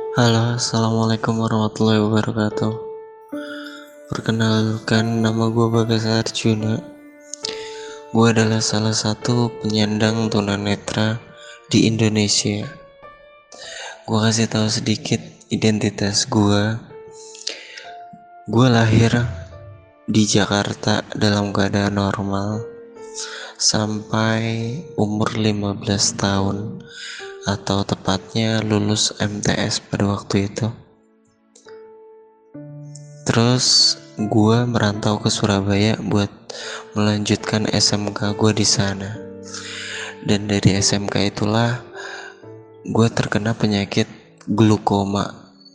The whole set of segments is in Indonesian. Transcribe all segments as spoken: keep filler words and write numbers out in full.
Halo, assalamualaikum warahmatullahi wabarakatuh. Perkenalkan, nama gue Bagas Arjuna. Gue adalah salah satu penyandang tunanetra di Indonesia. Gue kasih tahu sedikit identitas gue. Gue lahir di Jakarta dalam keadaan normal sampai umur lima belas tahun, atau tepatnya lulus M T S pada waktu itu. Terus gue merantau ke Surabaya buat melanjutkan S M K gue di sana. Dan dari S M K itulah gue terkena penyakit glukoma.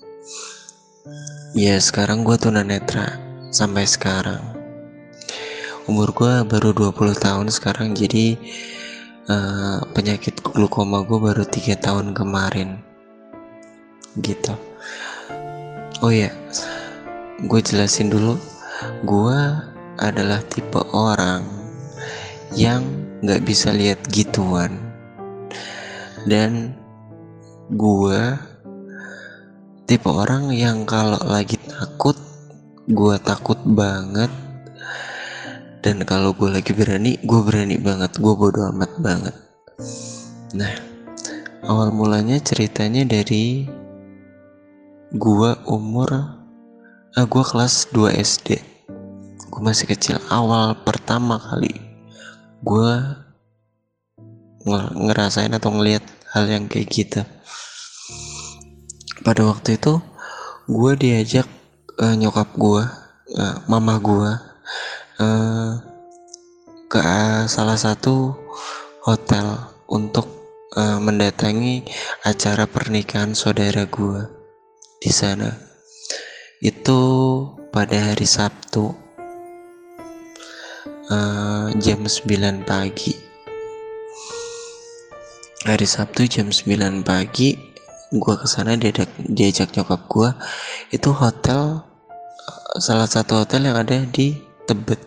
Ya sekarang gue tunanetra sampai sekarang. Umur gue baru dua puluh tahun sekarang, jadi uh, penyakit glukoma gue baru tiga tahun kemarin gitu. Oh ya, gue jelasin dulu, gue adalah tipe orang yang gak bisa lihat gituan. Dan gue tipe orang yang kalau lagi takut, gue takut banget. Dan kalau gue lagi berani, gue berani banget, gue bodo amat banget. Nah, awal mulanya ceritanya dari gue umur ah, gue kelas dua S D. Gue masih kecil. Awal pertama kali gue ngerasain atau ngelihat hal yang kayak gitu, pada waktu itu gue diajak uh, nyokap gue, uh, mama gue uh, ke uh, salah satu hotel untuk uh, mendatangi acara pernikahan saudara gue di sana. Itu pada hari Sabtu uh, jam sembilan pagi. Hari Sabtu jam sembilan pagi gue kesana, diajak, diajak nyokap gue. Itu hotel, salah satu hotel yang ada di Tebet.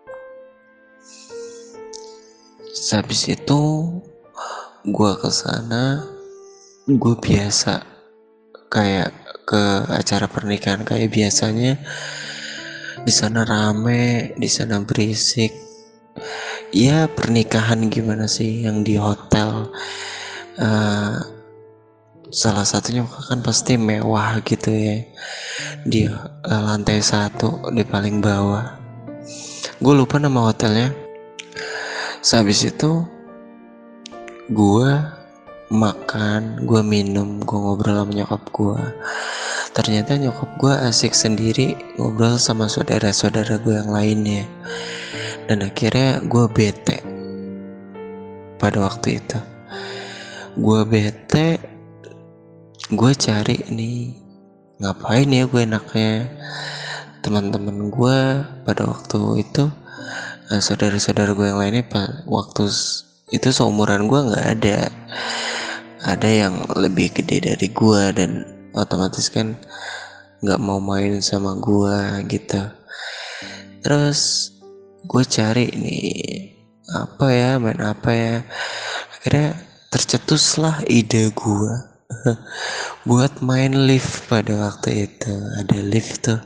Habis itu gue kesana, gue biasa kayak ke acara pernikahan kayak biasanya. Di sana rame, di sana berisik. Ya pernikahan gimana sih yang di hotel, uh, salah satunya kan pasti mewah gitu ya, di uh, lantai satu di paling bawah. Gue lupa nama hotelnya. Habis itu gue makan, gue minum, gue ngobrol sama nyokap gue. Ternyata nyokap gue asik sendiri ngobrol sama saudara-saudara gue yang lainnya. Dan akhirnya gue bete pada waktu itu. Gue bete, gue cari nih ngapain ya gue enaknya. Teman-teman gue pada waktu itu, uh, saudara-saudara gue yang lainnya waktu itu seumuran gue nggak ada. Ada yang lebih gede dari gue dan otomatis kan nggak mau main sama gue gitu. Terus gue cari nih apa ya, main apa ya. Akhirnya tercetuslah ide gue buat main lift pada waktu itu. Ada lift tuh,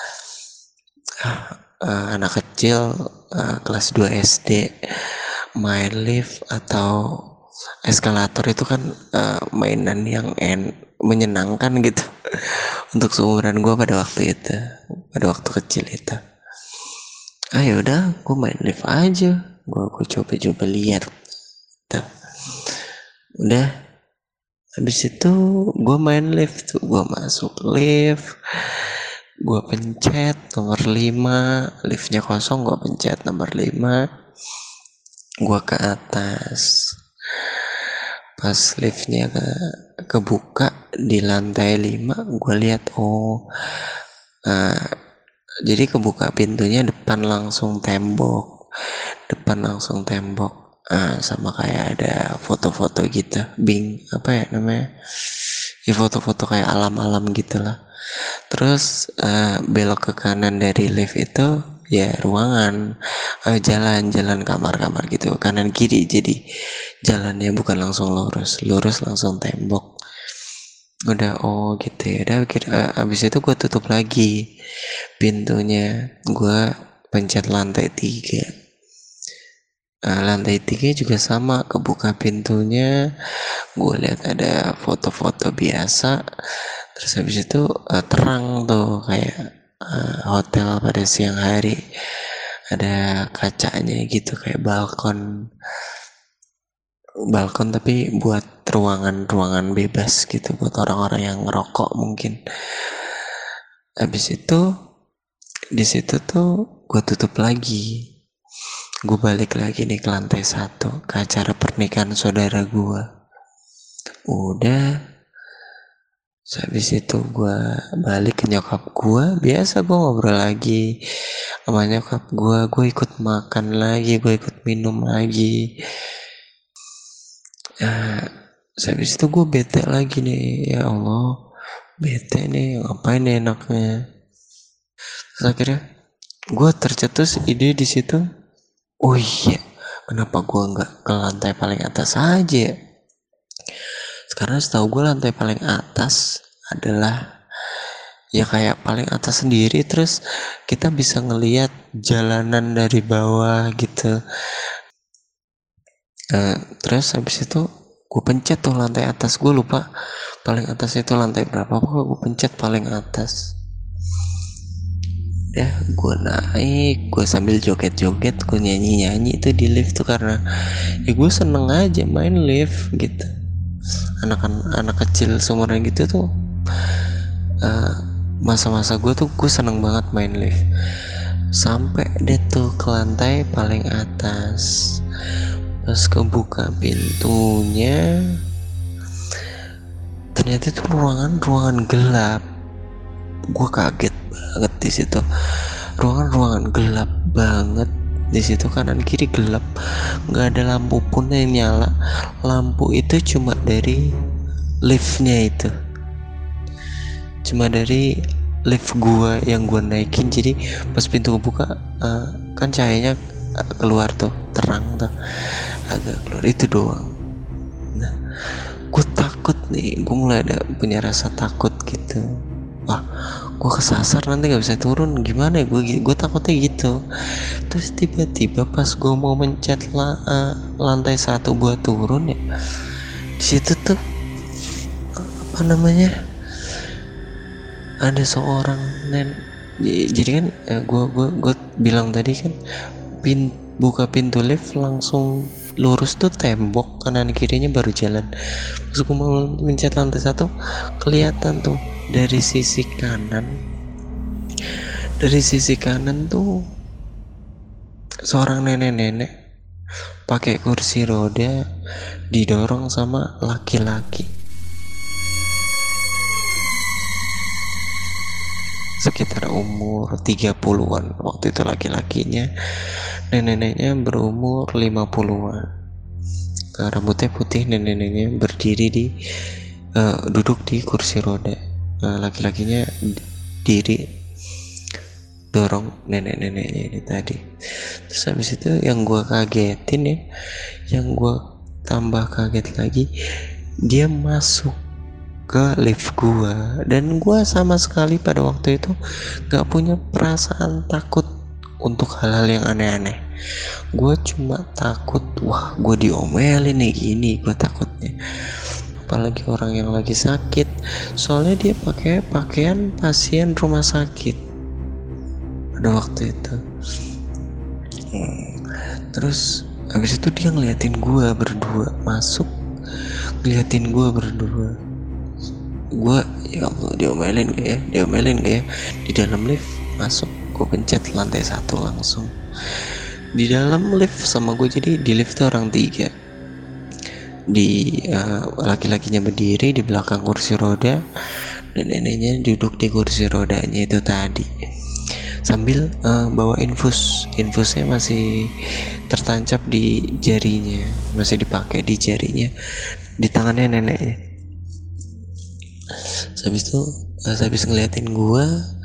uh, anak kecil uh, kelas dua S D main lift atau eskalator itu kan uh, mainan yang en menyenangkan gitu untuk seumuran gue pada waktu itu, pada waktu kecil itu. Ah yaudah, gue main lift aja, gue gue coba-coba lihat. Tuh. Udah, habis itu gue main lift tuh, gue masuk lift, gue pencet nomor lima, liftnya kosong, gue pencet nomor lima, gue ke atas. Pas liftnya ke kebuka di lantai lima, gue lihat oh, uh, jadi kebuka pintunya depan langsung tembok, depan langsung tembok, uh, sama kayak ada foto-foto gitu, bing apa ya namanya, ya foto-foto kayak alam-alam gitulah. Terus uh, belok ke kanan dari lift itu ya ruangan, uh, jalan jalan kamar-kamar gitu, kanan kiri, jadi jalannya bukan langsung lurus lurus langsung tembok. Udah, oh gitu ya. Udah kira abis itu gue tutup lagi pintunya. Gue pencet lantai tiga. Nah, lantai tiga juga sama, kebuka pintunya. Gue lihat ada foto-foto biasa. Terus habis itu uh, terang tuh kayak uh, hotel pada siang hari. Ada kacanya gitu kayak balkon. Balkon tapi buat ruangan-ruangan bebas gitu buat orang-orang yang ngerokok mungkin. Habis itu di situ tuh gue tutup lagi. Gue balik lagi nih ke lantai satu ke acara pernikahan saudara gue. Udah, habis itu gue balik ke nyokap gue. Biasa gue ngobrol lagi sama nyokap gue. Gue ikut makan lagi, gue ikut minum lagi. Nah, habis itu gue bete lagi nih. Ya Allah, bete nih, ngapain nih enaknya. Terus akhirnya gue tercetus ide di situ. Oh iya, kenapa gue nggak ke lantai paling atas aja ya? Karena setahu gue lantai paling atas adalah ya kayak paling atas sendiri, terus kita bisa ngelihat jalanan dari bawah gitu. Nah, terus habis itu gue pencet tuh lantai atas. Gue lupa paling atas itu lantai berapa, pokoknya gue pencet paling atas. Ya gue naik, gue sambil joget-joget, gue nyanyi-nyanyi itu di lift tuh karena ya gue seneng aja main lift gitu. Anak-anak kecil seumuran gitu tuh uh, masa-masa gue tuh gue seneng banget main lift. Sampai deh tuh ke lantai paling atas. Pas kebuka pintunya, ternyata itu ruangan ruangan gelap. Gue kaget banget di situ. Ruangan-ruangan gelap banget di situ, kanan kiri gelap, nggak ada lampu pun yang nyala. Lampu itu cuma dari liftnya itu, cuma dari lift gua yang gua naikin. Jadi pas pintu kebuka uh, kan cahayanya keluar tuh, terang tuh agak keluar, itu doang. Nah, gue takut nih, gue mulai ada punya rasa takut gitu. Wah, gue kesasar nanti nggak bisa turun, gimana ya, gue gue takutnya gitu. Terus tiba-tiba pas gue mau mencet la, uh, lantai satu buat turun ya, di situ tuh apa namanya, ada seorang nen. Jadi kan uh, gue gue gue bilang tadi kan pin buka pintu lift langsung lurus tuh tembok, kanan kirinya baru jalan. Pas gue mau mencet lantai satu, kelihatan tuh dari sisi kanan, dari sisi kanan tuh seorang nenek-nenek pakai kursi roda didorong sama laki-laki sekitar umur tiga puluhan waktu itu laki-lakinya. Nenek-neneknya berumur lima puluhan. Rambutnya putih, nenek-neneknya berdiri di uh, duduk di kursi roda. Uh, laki-lakinya diri dorong nenek-neneknya ini tadi. Terus habis itu yang gue kagetin ya, yang gue tambah kaget lagi, dia masuk ke lift gue, dan gue sama sekali pada waktu itu gak punya perasaan takut untuk hal-hal yang aneh-aneh. Gue cuma takut, wah gue diomelin nih gini, gue takutnya. Apalagi orang yang lagi sakit, soalnya dia pakai pakaian pasien rumah sakit pada waktu itu. hmm. Terus habis itu dia ngeliatin gue berdua masuk, ngeliatin gue berdua. Gue ya Allah, diomelin gak ya, diomelin gak ya. Di dalam lift masuk, gue pencet lantai satu langsung di dalam lift sama gue. Jadi di lift tuh orang tiga, di uh, laki-lakinya berdiri di belakang kursi roda, dan neneknya duduk di kursi rodanya itu tadi sambil uh, bawa infus. Infusnya masih tertancap di jarinya, masih dipakai di jarinya, di tangannya neneknya. Habis itu uh, habis ngeliatin gue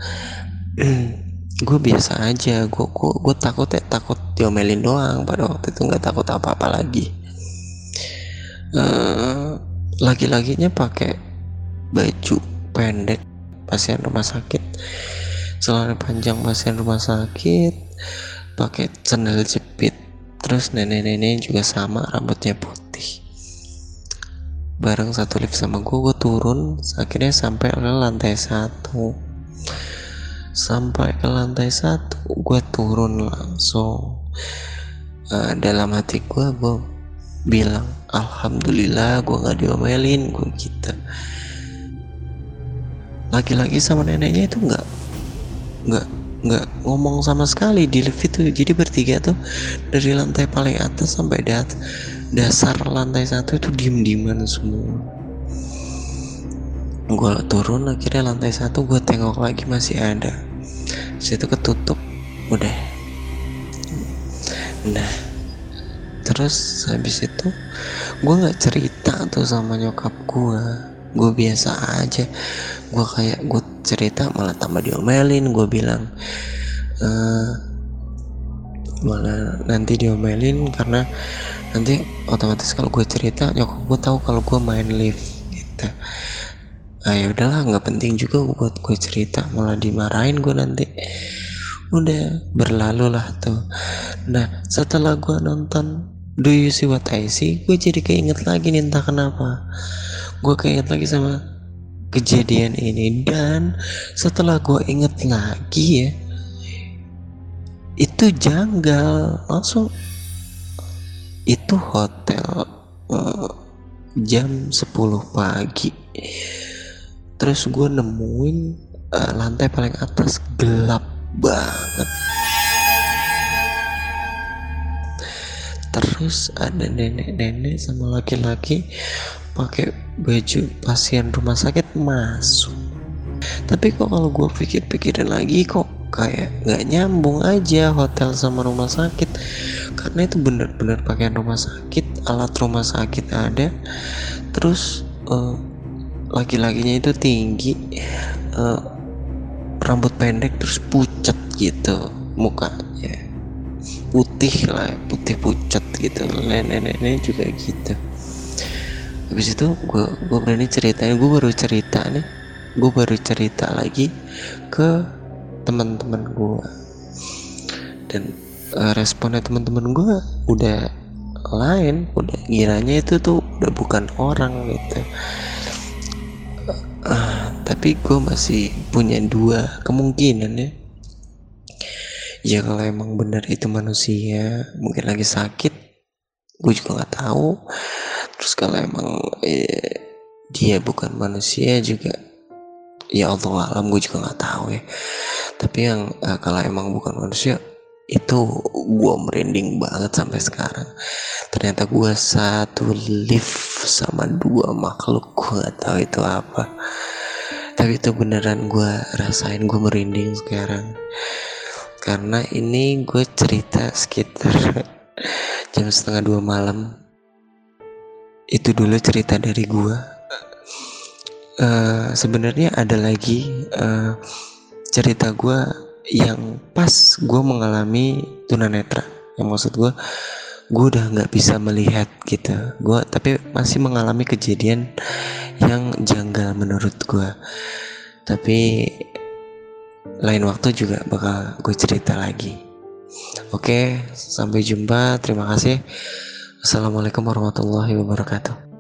gue biasa aja, gue gue gue takut ya takut diomelin doang pada waktu itu, nggak takut apa-apa lagi. Uh, laki-lakinya pakai baju pendek pasien rumah sakit, celana panjang pasien rumah sakit, pakai sandal jepit. Terus nenek-nenek juga sama, rambutnya putih. Bareng satu lift sama gue, gue turun. Akhirnya sampai ke lantai satu. Sampai ke lantai satu, gue turun langsung. Uh, dalam hati gue, gue bilang, alhamdulillah gue nggak diomelin, gue gitu. Laki-laki sama neneknya itu nggak nggak nggak ngomong sama sekali di lift itu. Jadi bertiga tuh dari lantai paling atas sampai dat dasar lantai satu itu diem-dieman semua. Gue turun, akhirnya lantai satu gue tengok lagi masih ada, situ ketutup udah. Nah terus habis itu gue nggak cerita tuh sama nyokap gue, gue biasa aja. Gue kayak gue cerita malah tambah diomelin. Gue bilang e, malah nanti diomelin karena nanti otomatis kalau gue cerita nyokap gue tahu kalau gue main lift gitu. Ah ya udahlah, nggak penting juga buat gue cerita, malah dimarahin gue nanti. Udah berlalu lah tuh. Nah setelah gue nonton Do You See What I See, gue jadi keinget lagi nih, entah kenapa gue keinget lagi sama kejadian ini. Dan setelah gue inget lagi ya, itu janggal langsung. Itu hotel uh, jam sepuluh pagi. Terus gue nemuin uh, lantai paling atas gelap banget. Terus ada nenek-nenek sama laki-laki pakai baju pasien rumah sakit masuk. Tapi kok kalau gue pikir-pikirin lagi, kok kayak nggak nyambung aja hotel sama rumah sakit. Karena itu bener-bener pakaian rumah sakit, alat rumah sakit ada. Terus uh, laki-lakinya itu tinggi, uh, rambut pendek, terus pucat gitu mukanya, putih lah, putih pucat gitu. Nenek-nenek juga gitu. Habis itu gue gue berani ceritain, gue baru cerita nih, gue baru cerita lagi ke teman-teman gue. Dan uh, responnya teman-teman gue udah lain, udah ngiranya itu tuh udah bukan orang gitu. Uh, tapi gue masih punya dua kemungkinan ya. Ya kalau emang benar itu manusia, mungkin lagi sakit, gue juga nggak tahu. Terus kalau emang eh, dia bukan manusia juga, ya Allah alam, gue juga nggak tahu ya. Tapi yang uh, kalau emang bukan manusia, itu gue merinding banget sampai sekarang. Ternyata gue satu lift sama dua makhluk, gue gak tahu itu apa. Tapi itu beneran gue rasain, gue merinding sekarang. Karena ini gue cerita sekitar jam setengah dua malam. Itu dulu cerita dari gue. Uh, sebenarnya ada lagi uh, cerita gue yang pas gue mengalami tunanetra. Yang maksud gue, gue udah nggak bisa melihat gitu. Gue tapi masih mengalami kejadian yang janggal menurut gue. Tapi lain waktu juga bakal gue cerita lagi. Oke, sampai jumpa. Terima kasih. Assalamualaikum warahmatullahi wabarakatuh.